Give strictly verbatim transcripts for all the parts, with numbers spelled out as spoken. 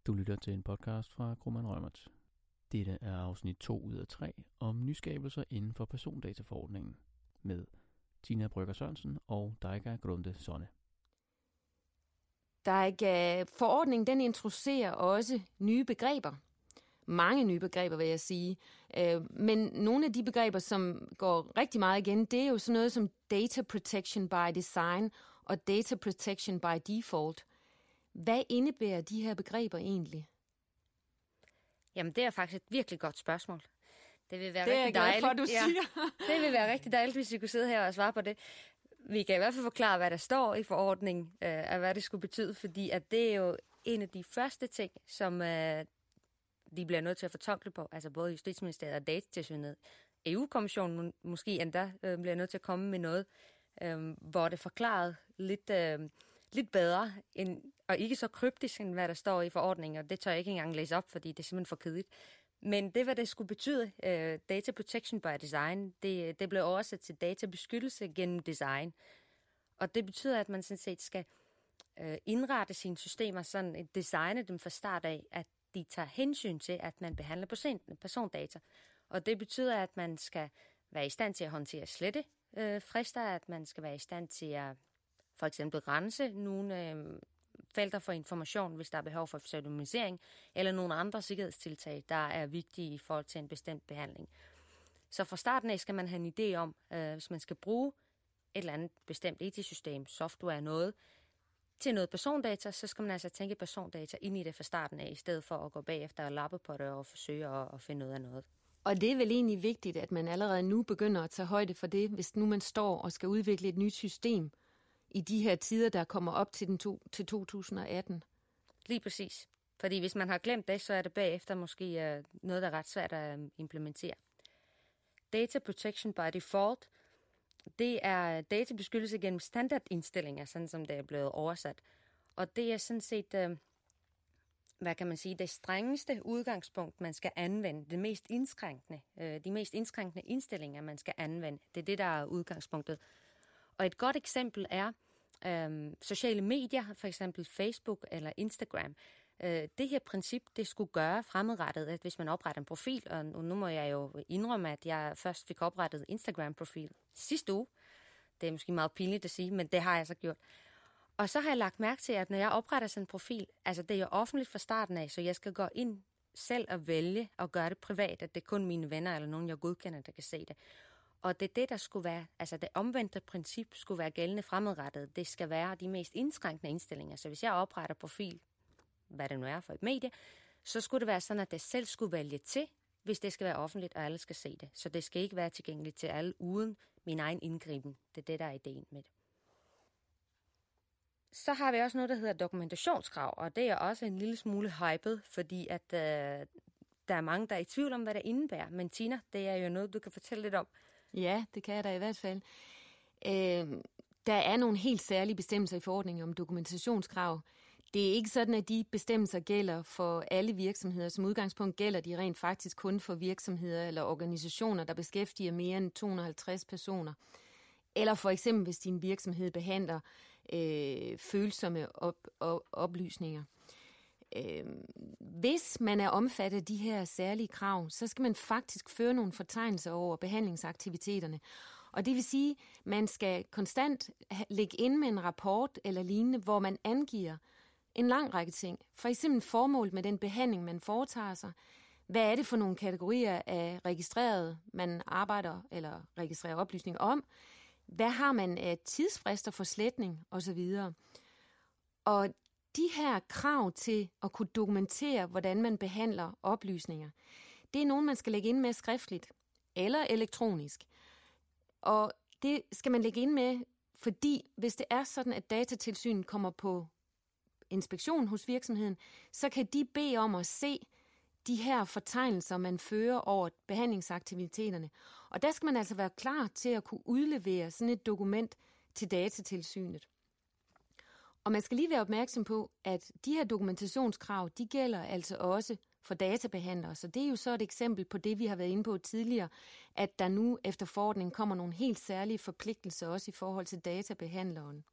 Du lytter til en podcast fra Kromann Reumert. Dette er afsnit to ud af tre om nyskabelser inden for persondataforordningen med Tina Brøgger Sørensen og Daiga Grunde Sonne. Daiga, forordningen den introducerer også nye begreber. Mange nye begreber, vil jeg sige. Men nogle af de begreber, som går rigtig meget igen, det er jo sådan noget som data protection by design og data protection by default. Hvad indebærer de her begreber egentlig? Jamen, det er faktisk et virkelig godt spørgsmål. Det vil være det rigtig dejligt. Det er jeg glad for, du ja, siger. Det vil være rigtig dejligt, hvis vi kunne sidde her og svare på det. Vi kan i hvert fald forklare, hvad der står i forordningen, øh, og hvad det skulle betyde, fordi at det er jo en af de første ting, som øh, de bliver nødt til at fortolke på, altså både Justitsministeriet og Datatilsynet. E U-kommissionen måske endda øh, bliver nødt til at komme med noget, øh, hvor det er forklaret lidt, øh, lidt bedre, end, og ikke så kryptisk, end hvad der står i forordningen, og det tør jeg ikke engang læse op, fordi det er simpelthen for kedeligt. Men det, hvad det skulle betyde, uh, data protection by design, det, det blev oversat til databeskyttelse gennem design. Og det betyder, at man sådan set skal uh, indrette sine systemer sådan, designe dem fra start af, at de tager hensyn til, at man behandler person, persondata. Og det betyder, at man skal være i stand til at håndtere slette uh, frister, at man skal være i stand til at for eksempel rense nogle uh, felter for information, hvis der er behov for pseudonymisering, eller nogle andre sikkerhedstiltag, der er vigtige i forhold til en bestemt behandling. Så fra starten af skal man have en idé om, øh, hvis man skal bruge et eller andet bestemt I T-system, software, noget, til noget persondata, så skal man altså tænke persondata ind i det fra starten af, i stedet for at gå bagefter og lappe på det og forsøge at, at finde ud af noget. Og det er vel egentlig vigtigt, at man allerede nu begynder at tage højde for det, hvis nu man står og skal udvikle et nyt system, i de her tider, der kommer op til, den to, til to tusind og atten. Lige præcis. Fordi hvis man har glemt det, så er det bagefter måske uh, noget, der er ret svært at uh, implementere. Data protection by default, det er databeskyttelse gennem standardindstillinger, sådan som det er blevet oversat. Og det er sådan set, uh, hvad kan man sige, det strengeste udgangspunkt, man skal anvende. Det mest indskrænkende, uh, de mest indskrænkende indstillinger, man skal anvende. Det er det, der er udgangspunktet. Og et godt eksempel er øhm, sociale medier, for eksempel Facebook eller Instagram. Øh, det her princip, det skulle gøre fremadrettet, at hvis man opretter en profil, og nu må jeg jo indrømme, at jeg først fik oprettet Instagram-profil sidste uge. Det er måske meget pinligt at sige, men det har jeg så gjort. Og så har jeg lagt mærke til, at når jeg opretter sådan en profil, altså det er jo offentligt fra starten af, så jeg skal gå ind selv og vælge og gøre det privat, at det er kun mine venner eller nogen, jeg godkender, der kan se det. Og det er det, der skulle være, altså det omvendte princip skulle være gældende fremadrettet. Det skal være de mest indskrænkende indstillinger. Så hvis jeg opretter profil, hvad det nu er for et medie, så skulle det være sådan, at det selv skulle vælge til, hvis det skal være offentligt, og alle skal se det. Så det skal ikke være tilgængeligt til alle uden min egen indgriben. Det er det, der er ideen med det. Så har vi også noget, der hedder dokumentationskrav, og det er også en lille smule hyped, fordi at øh, der er mange, der er i tvivl om, hvad det indebærer. Men Tina, det er jo noget, du kan fortælle lidt om. Ja, det kan jeg da i hvert fald. Øh, der er nogle helt særlige bestemmelser i forordningen om dokumentationskrav. Det er ikke sådan, at de bestemmelser gælder for alle virksomheder. Som udgangspunkt gælder de rent faktisk kun for virksomheder eller organisationer, der beskæftiger mere end to hundrede og halvtreds personer. Eller for eksempel, hvis din virksomhed behandler øh, følsomme op, op, oplysninger. Øh, hvis man er omfattet af de her særlige krav, så skal man faktisk føre nogle fortegnelser over behandlingsaktiviteterne. Og det vil sige, at man skal konstant lægge ind med en rapport eller lignende, hvor man angiver en lang række ting. For eksempel formål med den behandling, man foretager sig. Hvad er det for nogle kategorier af registreret, man arbejder eller registrerer oplysninger om? Hvad har man af tidsfrister for sletning osv.? Og de her krav til at kunne dokumentere, hvordan man behandler oplysninger, det er nogen, man skal lægge ind med skriftligt eller elektronisk. Og det skal man lægge ind med, fordi hvis det er sådan, at Datatilsynet kommer på inspektion hos virksomheden, så kan de bede om at se de her fortegnelser, man fører over behandlingsaktiviteterne. Og der skal man altså være klar til at kunne udlevere sådan et dokument til Datatilsynet. Og man skal lige være opmærksom på, at de her dokumentationskrav, de gælder altså også for databehandlere. Så det er jo så et eksempel på det, vi har været inde på tidligere, at der nu efter forordningen kommer nogle helt særlige forpligtelser også i forhold til databehandleren.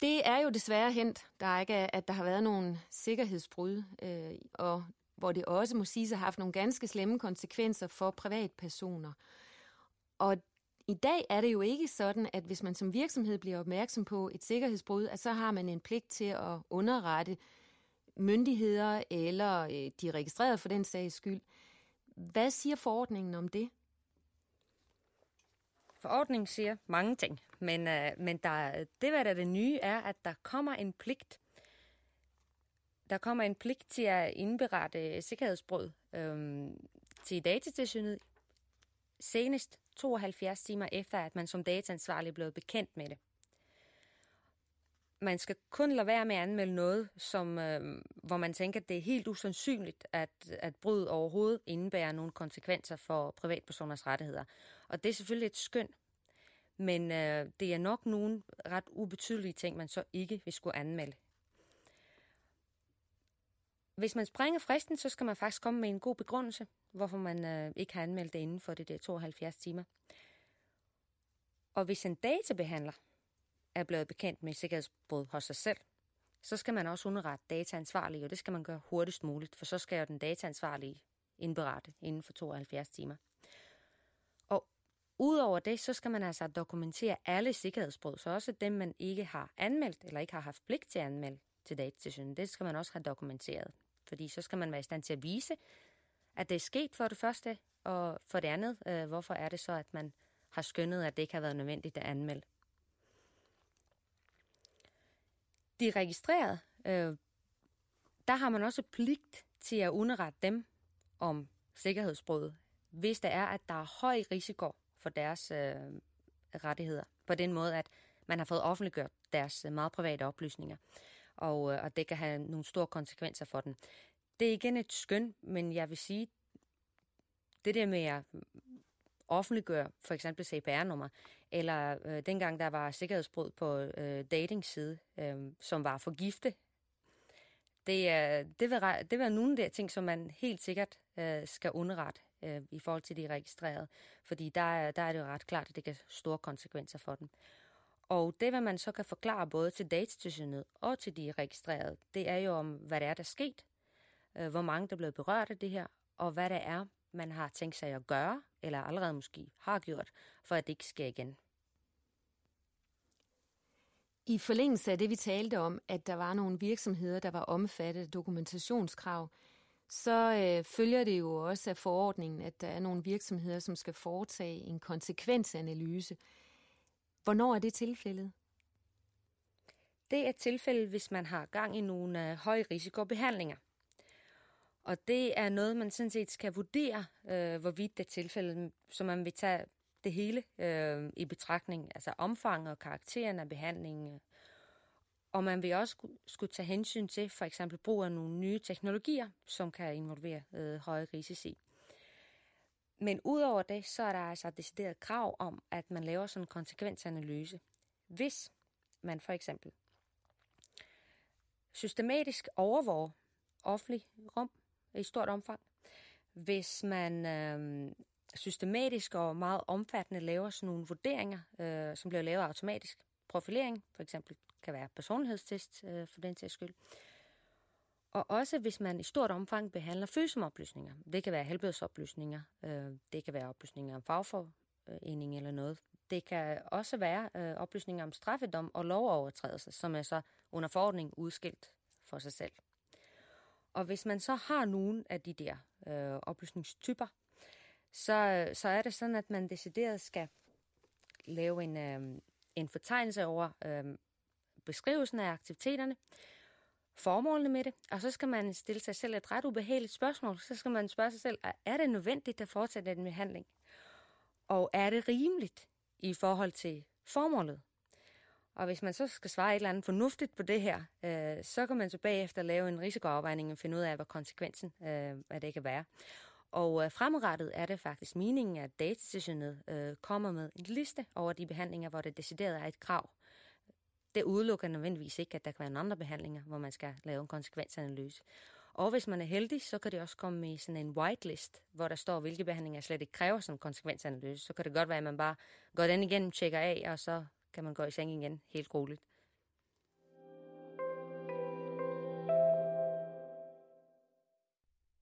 Det er jo desværre hent, der ikke er, at der har været nogle sikkerhedsbrud, øh, og hvor det også må siges at have haft nogle ganske slemme konsekvenser for privatpersoner. Og i dag er det jo ikke sådan, at hvis man som virksomhed bliver opmærksom på et sikkerhedsbrud, at så har man en pligt til at underrette myndigheder eller øh, de registrerede for den sags skyld. Hvad siger forordningen om det? Forordningen siger mange ting, men, øh, men der, det, hvad der er det nye, er, at der kommer en pligt. Der kommer en pligt til at indberette sikkerhedsbrud øh, til Datatilsynet senest tooghalvfjerds timer efter, at man som dataansvarlig er blevet bekendt med det. Man skal kun lade være med at anmelde noget, som, øh, hvor man tænker, at det er helt usandsynligt, at, at brud overhovedet indebærer nogle konsekvenser for privatpersoners rettigheder. Og det er selvfølgelig et skøn, men øh, det er nok nogle ret ubetydelige ting, man så ikke vil skulle anmelde. Hvis man springer fristen, så skal man faktisk komme med en god begrundelse, hvorfor man øh, ikke har anmeldt det inden for det der tooghalvfjerds timer. Og hvis en databehandler er blevet bekendt med sikkerhedsbrud hos sig selv, så skal man også underrette dataansvarlige, og det skal man gøre hurtigst muligt, for så skal jo den dataansvarlige indberette inden for tooghalvfjerds timer. Og udover det, så skal man altså dokumentere alle sikkerhedsbrud, så også dem, man ikke har anmeldt, eller ikke har haft pligt til at anmelde til Datatilsynet, det skal man også have dokumenteret. Fordi så skal man være i stand til at vise, at det er sket for det første, og for det andet, øh, hvorfor er det så, at man har skønnet, at det ikke har været nødvendigt at anmelde. De registrerede, øh, der har man også pligt til at underrette dem om sikkerhedsbrud, hvis det er, at der er høj risiko for deres øh, rettigheder. På den måde, at man har fået offentliggjort deres meget private oplysninger, og, øh, og det kan have nogle store konsekvenser for dem. Det er igen et skøn, men jeg vil sige, det der med at offentliggøre for eksempel C P R-nummer, eller øh, dengang der var sikkerhedsbrud på øh, datingside, øh, som var for gifte, det, øh, det, vil, det vil være nogle af de ting, som man helt sikkert øh, skal underrette øh, i forhold til de registrerede, fordi der, der er det jo ret klart, at det kan have store konsekvenser for dem. Og det, hvad man så kan forklare både til Datatilsynet og til de registrerede, det er jo om, hvad det er, der er sket, øh, hvor mange der er blevet berørt af det her, og hvad det er, man har tænkt sig at gøre, eller allerede måske har gjort, for at det ikke sker igen. I forlængelse af det, vi talte om, at der var nogle virksomheder, der var omfattet af dokumentationskrav, så øh, følger det jo også af forordningen, at der er nogle virksomheder, som skal foretage en konsekvensanalyse. Hvornår er det tilfældet? Det er tilfældet, hvis man har gang i nogle øh, høj risikobehandlinger. Og det er noget, man sådan set skal vurdere, øh, hvorvidt det er tilfældet, så man vil tage det hele øh, i betragtning, altså omfang og karakteren af behandlingen. Og man vil også skulle tage hensyn til for eksempel brug af nogle nye teknologier, som kan involvere øh, høje risici. Men udover det, så er der altså et decideret krav om, at man laver sådan en konsekvensanalyse. Hvis man for eksempel systematisk overvåger offentlig rum i stort omfang, hvis man øh, systematisk og meget omfattende laver sådan nogle vurderinger, øh, som bliver lavet automatisk, profilering for eksempel kan være personlighedstest øh, for den sags skyld, og også hvis man i stort omfang behandler følsomme oplysninger. Det kan være helbredsoplysninger, øh, det kan være oplysninger om fagforening eller noget. Det kan også være øh, oplysninger om straffedom og lovovertrædelser, som er så under forordning udskilt for sig selv. Og hvis man så har nogle af de der øh, oplysningstyper, så, så er det sådan, at man decideret skal lave en, øh, en fortegnelse over øh, beskrivelsen af aktiviteterne, formålene med det, og så skal man stille sig selv et ret ubehageligt spørgsmål. Så skal man spørge sig selv, er det nødvendigt at fortsætte den behandling? Og er det rimeligt i forhold til formålet? Og hvis man så skal svare et eller andet fornuftigt på det her, øh, så kan man så bagefter lave en risikoafvejning og finde ud af, hvad konsekvensen øh, af det kan være. Og øh, fremadrettet er det faktisk meningen, at Datatilsynet øh, kommer med en liste over de behandlinger, hvor det decideret er et krav. Det udelukker nødvendigvis ikke, at der kan være andre behandlinger, hvor man skal lave en konsekvensanalyse. Og hvis man er heldig, så kan det også komme med sådan en whitelist, hvor der står, hvilke behandlinger slet ikke kræver sådan en konsekvensanalyse. Så kan det godt være, at man bare går den igen, tjekker af, og så kan man gå i seng igen helt roligt.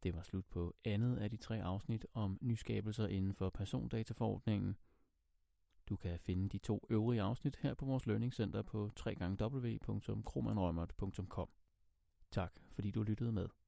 Det var slut på andet af de tre afsnit om nyskabelser inden for persondataforordningen. Du kan finde de to øvrige afsnit her på vores learningcenter på w w w punktum kromann reumert punktum com. Tak fordi du lyttede med.